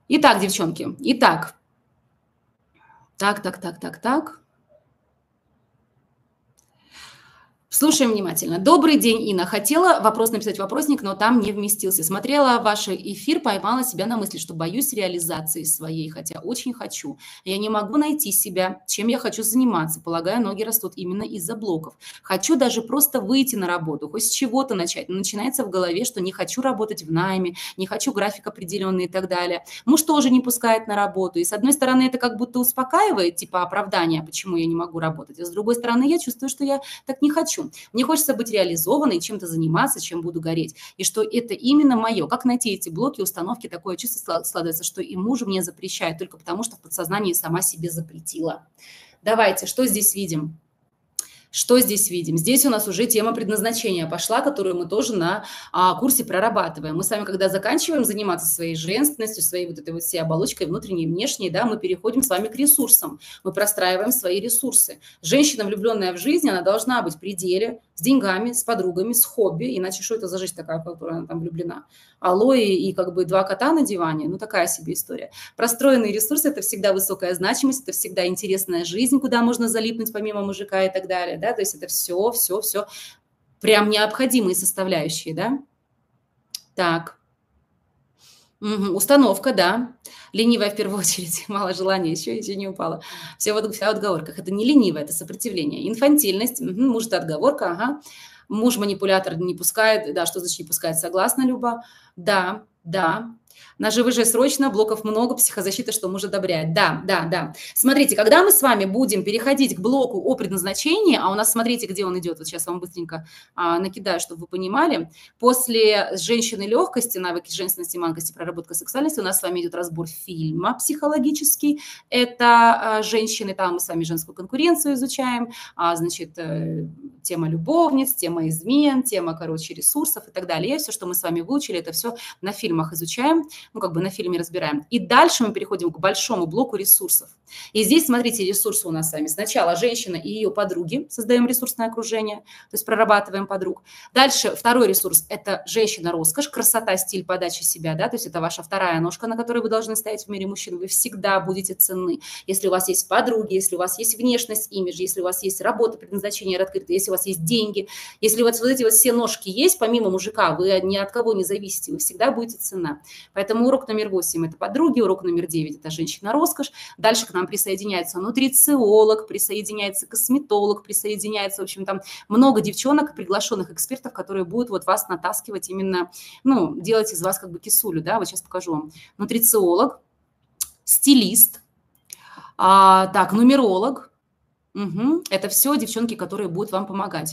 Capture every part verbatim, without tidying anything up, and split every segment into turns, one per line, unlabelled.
Итак, девчонки, итак. Так, так, так, так, так. Слушаем внимательно. Добрый день, Инна. Хотела вопрос написать в вопросник, но там не вместился. Смотрела ваш эфир, поймала себя на мысли, что боюсь реализации своей, хотя очень хочу. Я не могу найти себя, чем я хочу заниматься. Полагаю, ноги растут именно из-за блоков. Хочу даже просто выйти на работу, хоть с чего-то начать. Но начинается в голове, что не хочу работать в найме, не хочу график определенный и так далее. Муж тоже не пускает на работу. И с одной стороны, это как будто успокаивает, типа оправдание, почему я не могу работать. А с другой стороны, я чувствую, что я так не хочу. Мне хочется быть реализованной, чем-то заниматься, чем буду гореть. И что это именно мое. Как найти эти блоки, установки? Такое чувство складывается, что и муж мне запрещает только потому, что в подсознании сама себе запретила. Давайте, что здесь видим? Что здесь видим? Здесь у нас уже тема предназначения пошла, которую мы тоже на а, курсе прорабатываем. Мы с вами, когда заканчиваем заниматься своей женственностью, своей вот этой вот всей оболочкой внутренней и внешней, да, мы переходим с вами к ресурсам. Мы простраиваем свои ресурсы. Женщина, влюбленная в жизнь, она должна быть при деле, с деньгами, с подругами, с хобби. Иначе что это за жизнь такая, в которую она там влюблена? Алоэ и как бы два кота на диване? Ну, такая себе история. Простроенные ресурсы – это всегда высокая значимость, это всегда интересная жизнь, куда можно залипнуть помимо мужика и так далее. Да? То есть это все, все, все прям необходимые составляющие, да? Так. Угу. Установка, да. Ленивая в первую очередь, мало желания, еще, еще не упала. Все в, вся в отговорках. Это не ленивая, это сопротивление. Инфантильность, угу. Муж – это отговорка, ага. Муж-манипулятор не пускает, да, что значит не пускает, согласна, Люба? Да, да. Наживы же срочно, блоков много, психозащита, что муж одобряет. Да, да, да. Смотрите, когда мы с вами будем переходить к блоку о предназначении, а у нас, смотрите, где он идет, вот сейчас я вам быстренько а, накидаю, чтобы вы понимали. После женщины легкости, навыки женственности, манкости, проработка сексуальности, у нас с вами идет разбор фильма психологический. Это а, женщины, там мы с вами женскую конкуренцию изучаем, а, значит, э, тема любовниц, тема измен, тема, короче, ресурсов и так далее. И все, что мы с вами выучили, это все на фильмах изучаем. Ну, как бы на фильме разбираем. И дальше мы переходим к большому блоку ресурсов. И здесь, смотрите, ресурсы у нас с вами. Сначала женщина и ее подруги, создаем ресурсное окружение, то есть прорабатываем подруг. Дальше второй ресурс – это женщина-роскошь, красота, стиль подачи себя, да, то есть это ваша вторая ножка, на которой вы должны стоять в мире мужчин. Вы всегда будете ценны. Если у вас есть подруги, если у вас есть внешность, имидж, если у вас есть работа, предназначение открыто, если у вас есть деньги, если у вас вот эти вот все ножки есть, помимо мужика, вы ни от кого не зависите, вы всегда будете ценна. Поэтому урок номер восемь – это подруги, урок номер девять – это женщина-роскошь. Дальше к нам присоединяется нутрициолог, присоединяется косметолог, присоединяется, в общем, там много девчонок, приглашенных экспертов, которые будут вот вас натаскивать именно, ну, делать из вас как бы кисулю, да, вот сейчас покажу вам. Нутрициолог, стилист, а, так, нумеролог. Угу. Это все девчонки, которые будут вам помогать.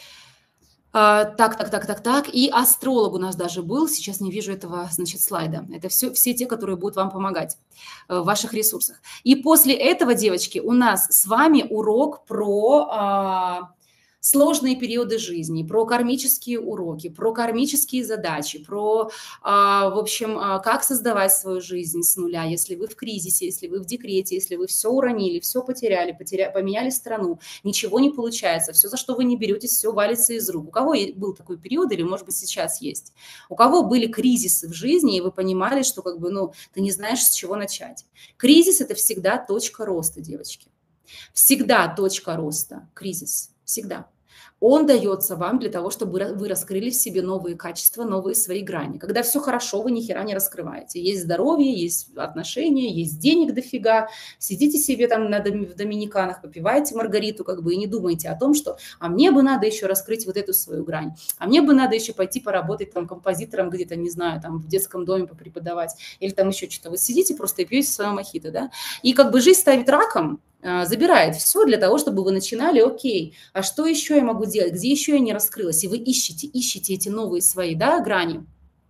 Так, так, так, так, так. И астролог у нас даже был. Сейчас не вижу этого, значит, слайда. Это все, все те, которые будут вам помогать в ваших ресурсах. И после этого, девочки, у нас с вами урок про а, сложные периоды жизни, про кармические уроки, про кармические задачи, про, а, в общем, а, как создавать свою жизнь с нуля, если вы в кризисе, если вы в декрете, если вы все уронили, все потеряли, потеря... поменяли страну, ничего не получается, все, за что вы не беретесь, все валится из рук. У кого был такой период или, может быть, сейчас есть? У кого были кризисы в жизни, и вы понимали, что как бы, ну, ты не знаешь, с чего начать? Кризис – это всегда точка роста, девочки. Всегда точка роста, кризис, всегда. Он дается вам для того, чтобы вы раскрыли в себе новые качества, новые свои грани. Когда все хорошо, вы ни хера не раскрываете. Есть здоровье, есть отношения, есть денег дофига. Сидите себе там на, в Доминиканах, попиваете маргариту, как бы, и не думаете о том, что а мне бы надо еще раскрыть вот эту свою грань. А мне бы надо еще пойти поработать там композитором где-то, не знаю, там в детском доме попреподавать. Или там еще что-то. Вы сидите просто и пьете свое мохито, да? И как бы жизнь ставит раком, забирает все для того, чтобы вы начинали, окей, а что еще я могу делать, где еще я не раскрылась, и вы ищете, ищете эти новые свои, да, грани.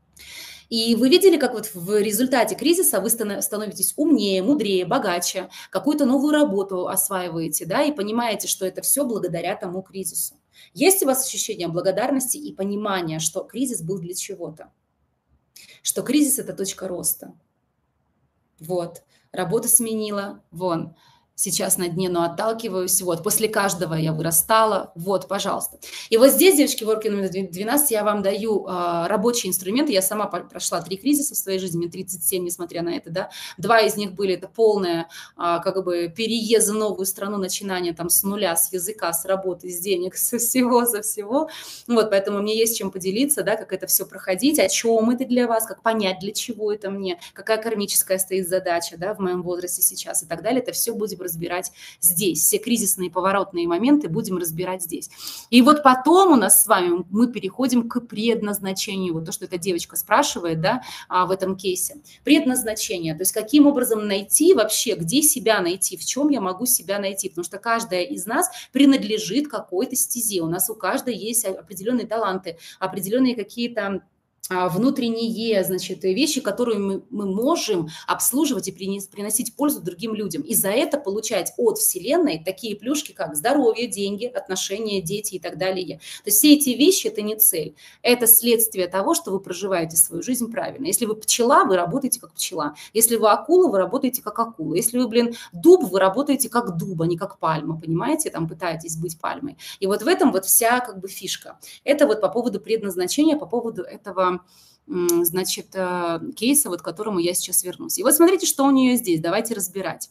И вы видели, как вот в результате кризиса вы становитесь умнее, мудрее, богаче, какую-то новую работу осваиваете, да, и понимаете, что это все благодаря тому кризису. Есть у вас ощущение благодарности и понимания, что кризис был для чего-то, что кризис – это точка роста. Вот, работу сменила, вон. Сейчас на дне, но отталкиваюсь. Вот, после каждого я вырастала. Вот, пожалуйста. И вот здесь, девочки, в уроке номер двенадцать я вам даю а, рабочие инструменты. Я сама прошла три кризиса в своей жизни, мне тридцать семь, несмотря на это, да. Два из них были, это полное, а, как бы, переезд в новую страну, начинание там с нуля, с языка, с работы, с денег, со всего, со всего. Вот, поэтому мне есть чем поделиться, да, как это все проходить, о чем это для вас, как понять, для чего это мне, какая кармическая стоит задача, да, в моем возрасте сейчас и так далее. Это все будем разбирать здесь. Все кризисные поворотные моменты будем разбирать здесь. И вот потом у нас с вами мы переходим к предназначению. Вот то, что эта девочка спрашивает, да, в этом кейсе. Предназначение. То есть каким образом найти вообще, где себя найти, в чем я могу себя найти. Потому что каждая из нас принадлежит какой-то стезе. У нас у каждой есть определенные таланты, определенные какие-то внутренние, значит, вещи, которые мы, мы можем обслуживать и принес, приносить пользу другим людям. И за это получать от Вселенной такие плюшки, как здоровье, деньги, отношения, дети и так далее. То есть все эти вещи – это не цель. Это следствие того, что вы проживаете свою жизнь правильно. Если вы пчела, вы работаете как пчела. Если вы акула, вы работаете как акула. Если вы, блин, дуб, вы работаете как дуб, а не как пальма, понимаете? Там пытаетесь быть пальмой. И вот в этом вот вся как бы фишка. Это вот по поводу предназначения, по поводу этого, значит, кейса, вот к которому я сейчас вернусь. И вот смотрите, что у нее здесь. Давайте разбирать.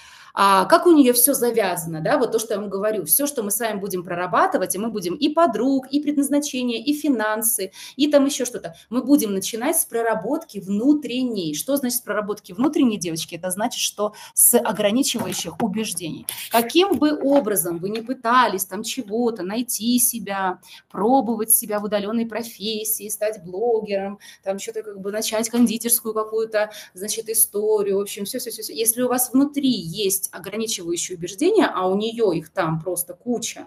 А как у нее все завязано, да, вот то, что я вам говорю, все, что мы с вами будем прорабатывать, и мы будем и подруг, и предназначение, и финансы, и там еще что-то, мы будем начинать с проработки внутренней. Что значит с проработки внутренней, девочки? Это значит, что с ограничивающих убеждений. Каким бы образом вы ни пытались там чего-то найти себя, пробовать себя в удаленной профессии, стать блогером, там что-то как бы начать кондитерскую какую-то, значит, историю, в общем, все-все-все. Если у вас внутри есть ограничивающие убеждения, а у нее их там просто куча,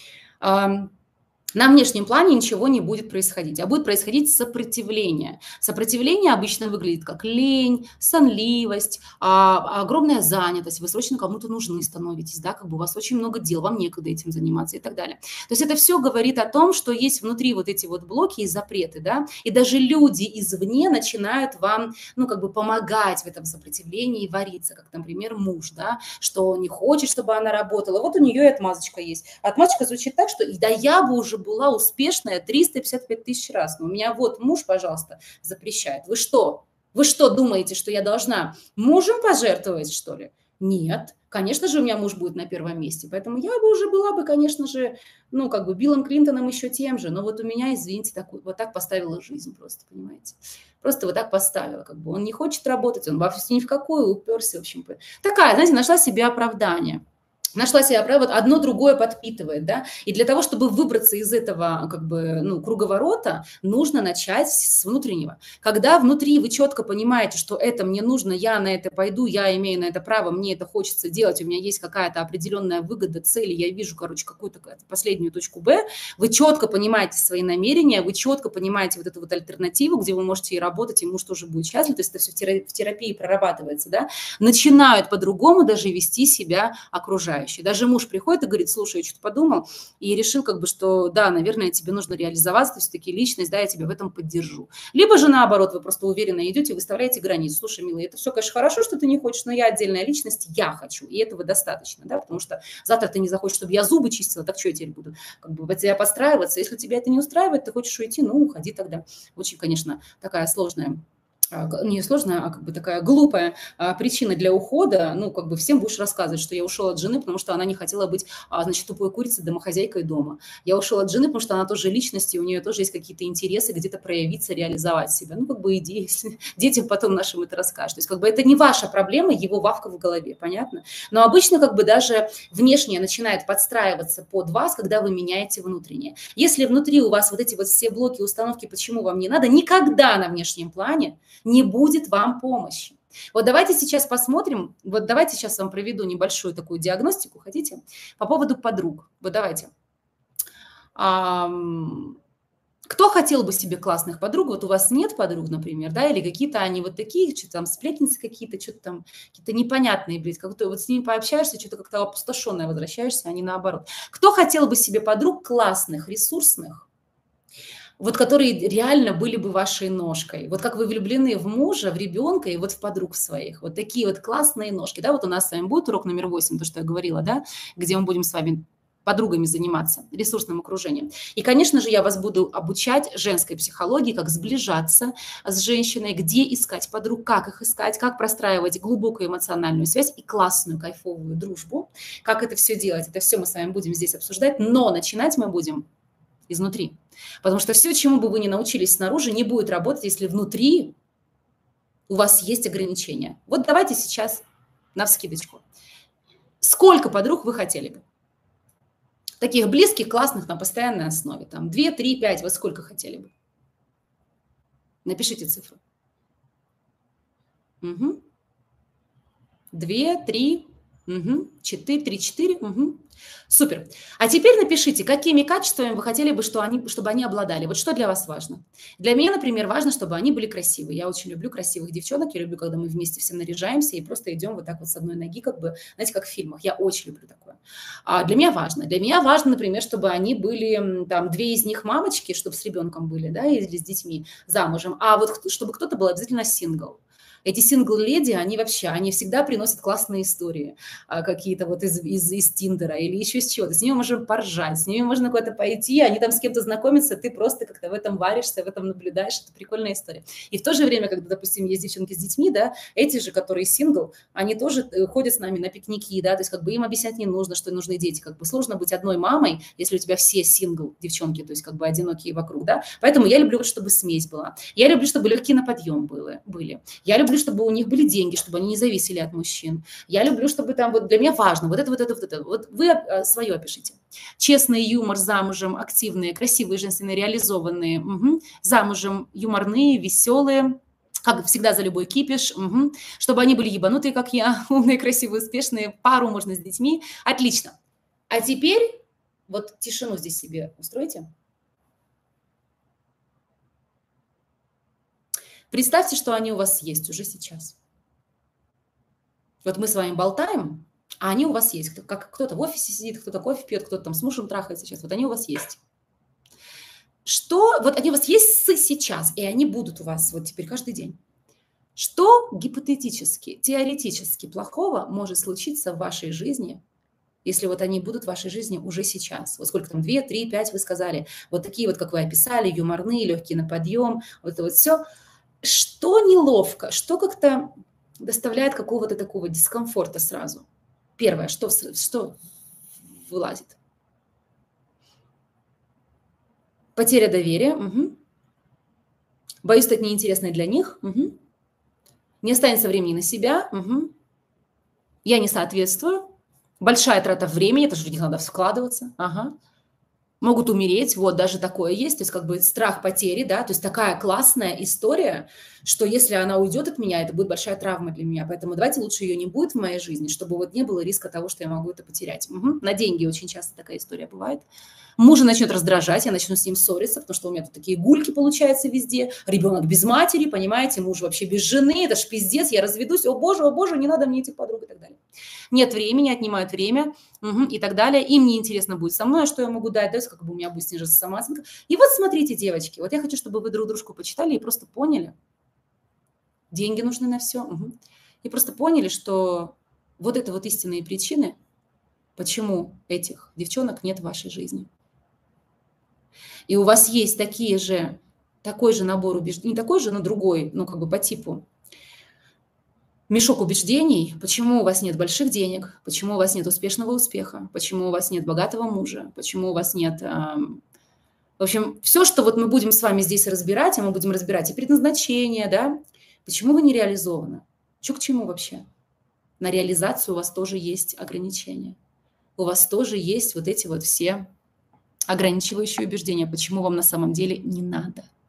на внешнем плане ничего не будет происходить, а будет происходить сопротивление. Сопротивление обычно выглядит как лень, сонливость, а, огромная занятость, вы срочно кому-то нужны становитесь, да, как бы у вас очень много дел, вам некогда этим заниматься и так далее. То есть это все говорит о том, что есть внутри вот эти вот блоки и запреты, да, и даже люди извне начинают вам, ну, как бы помогать в этом сопротивлении и вариться, как, например, муж, да, что не хочет, чтобы она работала. Вот у нее и отмазочка есть. Отмазочка звучит так, что да я бы уже была успешная триста пятьдесят пять тысяч раз. Но у меня вот муж, пожалуйста, запрещает. Вы что? Вы что думаете, что я должна мужем пожертвовать, что ли? Нет. Конечно же, у меня муж будет на первом месте. Поэтому я бы уже была бы, конечно же, ну, как бы Биллом Клинтоном еще тем же. Но вот у меня, извините, так, вот так поставила жизнь просто, понимаете? Просто вот так поставила. Как бы он не хочет работать, он вообще ни в какую уперся. В общем, такая, знаете, нашла себе оправдание. Нашла себе оправдание, вот одно другое подпитывает, да, и для того, чтобы выбраться из этого, как бы, ну, круговорота, нужно начать с внутреннего. Когда внутри вы четко понимаете, что это мне нужно, я на это пойду, я имею на это право, мне это хочется делать, у меня есть какая-то определенная выгода, цель, я вижу, короче, какую-то последнюю точку Б, вы четко понимаете свои намерения, вы четко понимаете вот эту вот альтернативу, где вы можете и работать, и муж тоже будет счастлив, то есть это все в терапии прорабатывается, да, начинают по-другому даже вести себя окружающие. Даже муж приходит и говорит: слушай, я что-то подумал и решил, как бы, что да, наверное, тебе нужно реализоваться, то есть таки личность, да, я тебя в этом поддержу. Либо же наоборот, вы просто уверенно идете, выставляете границу. Слушай, милый, это все, конечно, хорошо, что ты не хочешь, но я отдельная личность, я хочу, и этого достаточно, да, потому что завтра ты не захочешь, чтобы я зубы чистила, так что я теперь буду как бы под тебя подстраиваться? Если тебя это не устраивает, ты хочешь уйти, ну, уходи тогда. Очень, конечно, такая сложная, не сложная, а как бы такая глупая а, причина для ухода. Ну, как бы всем будешь рассказывать, что я ушел от жены, потому что она не хотела быть, а, значит, тупой курицей, домохозяйкой дома. Я ушел от жены, потому что она тоже личность, и у нее тоже есть какие-то интересы, где-то проявиться, реализовать себя. Ну, как бы иди, если детям потом нашим это расскажешь. То есть, как бы это не ваша проблема, его вавка в голове, понятно? Но обычно, как бы даже внешнее начинает подстраиваться под вас, когда вы меняете внутреннее. Если внутри у вас вот эти вот все блоки, установки, почему вам не надо, никогда на внешнем плане не будет вам помощи. Вот давайте сейчас посмотрим, вот давайте сейчас вам проведу небольшую такую диагностику, хотите, по поводу подруг. Вот давайте. Кто хотел бы себе классных подруг? Вот у вас нет подруг, например, да, или какие-то они вот такие, что-то там сплетницы какие-то, что-то там, какие-то непонятные, блядь, как-то вот с ними пообщаешься, что-то как-то опустошенное возвращаешься, а не наоборот. Кто хотел бы себе подруг классных, ресурсных? вот которые реально были бы вашей ножкой. Вот как вы влюблены в мужа, в ребенка и вот в подруг своих. Вот такие вот классные ножки. Да, вот у нас с вами будет урок номер восемь, то, что я говорила, да, где мы будем с вами подругами заниматься, ресурсным окружением. И, конечно же, я вас буду обучать женской психологии, как сближаться с женщиной, где искать подруг, как их искать, как простраивать глубокую эмоциональную связь и классную, кайфовую дружбу. Как это все делать, это все мы с вами будем здесь обсуждать, но начинать мы будем изнутри. Потому что все, чему бы вы ни научились снаружи, не будет работать, если внутри у вас есть ограничения. Вот давайте сейчас навскидочку. Сколько подруг вы хотели бы? Таких близких, классных, на постоянной основе. Там две, три, пять, вот сколько хотели бы? Напишите цифру. Угу. Две, три, угу. Четыре, три, четыре. Угу. Супер. А теперь напишите, какими качествами вы хотели бы, что они, чтобы они обладали. Вот что для вас важно. Для меня, например, важно, чтобы они были красивые. Я очень люблю красивых девчонок. Я люблю, когда мы вместе все наряжаемся и просто идем вот так вот с одной ноги, как бы, знаете, как в фильмах. Я очень люблю такое. А для меня важно. Для меня важно, например, чтобы они были, там, две из них мамочки, чтобы с ребенком были, да, или с детьми замужем. А вот чтобы кто-то был обязательно сингл. Эти сингл-леди, они вообще, они всегда приносят классные истории, а, какие-то вот из, из, из Тиндера или еще из чего-то. С ними можно поржать, с ними можно куда-то пойти, они там с кем-то знакомятся, ты просто как-то в этом варишься, в этом наблюдаешь. Это прикольная история. И в то же время, когда, допустим, есть девчонки с детьми, да, эти же, которые сингл, они тоже ходят с нами на пикники, да, то есть как бы им объяснять не нужно, что нужны дети. Как бы сложно быть одной мамой, если у тебя все сингл девчонки, то есть как бы одинокие вокруг, да. Поэтому я люблю, чтобы смесь была. Я люблю, чтобы легкие на подъем были. были. Я люблю, чтобы у них были деньги, чтобы они не зависели от мужчин. Я люблю, чтобы там, вот для меня важно, вот это, вот это, вот это. Вот вы свое опишите. Честный юмор, замужем, активные, красивые, женственные, реализованные, угу. Замужем, юморные, веселые, как всегда за любой кипиш, угу. Чтобы они были ебанутые, как я, умные, красивые, успешные, пару можно с детьми. Отлично. А теперь вот тишину здесь себе устройте. Представьте, что они у вас есть уже сейчас. Вот мы с вами болтаем, а они у вас есть. Как кто-то в офисе сидит, кто-то кофе пьет, кто-то там с мужем трахается сейчас. Вот они у вас есть. Что? Вот они у вас есть сейчас, и они будут у вас вот теперь каждый день. Что гипотетически, теоретически плохого может случиться в вашей жизни, если вот они будут в вашей жизни уже сейчас? Вот сколько там, две, три, пять вы сказали. Вот такие вот, как вы описали, юморные, легкие на подъем. Вот это вот все. Что неловко, что как-то доставляет какого-то такого дискомфорта сразу? Первое, что, что вылазит? Потеря доверия. Угу. Боюсь стать неинтересной для них. Угу. Не останется времени на себя. Угу. Я не соответствую. Большая трата времени, это же в них надо вкладываться. Ага. Могут умереть, вот даже такое есть, то есть как бы страх потери, да, то есть такая классная история, что если она уйдет от меня, это будет большая травма для меня, поэтому давайте лучше ее не будет в моей жизни, чтобы вот не было риска того, что я могу это потерять. Угу. На деньги очень часто такая история бывает. Мужа начнет раздражать, я начну с ним ссориться, потому что у меня тут такие гульки получаются везде, ребенок без матери, понимаете, муж вообще без жены, это ж пиздец, я разведусь, о боже, о боже, не надо мне этих подруг и так далее. Нет времени, отнимают время, угу, и так далее, им неинтересно будет со мной, что я могу дать, да, как бы у меня будет снижаться самооценка. И вот смотрите, девочки, вот я хочу, чтобы вы друг дружку почитали и просто поняли, деньги нужны на все, угу, и просто поняли, что вот это вот истинные причины, почему этих девчонок нет в вашей жизни. И у вас есть такие же, такой же набор убеждений, не такой же, но другой, ну как бы по типу, мешок убеждений, почему у вас нет больших денег, почему у вас нет успешного успеха, почему у вас нет богатого мужа, почему у вас нет... Э, в общем, все, что вот мы будем с вами здесь разбирать, а мы будем разбирать и предназначение, да, почему вы не реализованы, что к чему вообще? На реализацию у вас тоже есть ограничения. У вас тоже есть вот эти вот все ограничивающие убеждения, почему вам на самом деле не надо.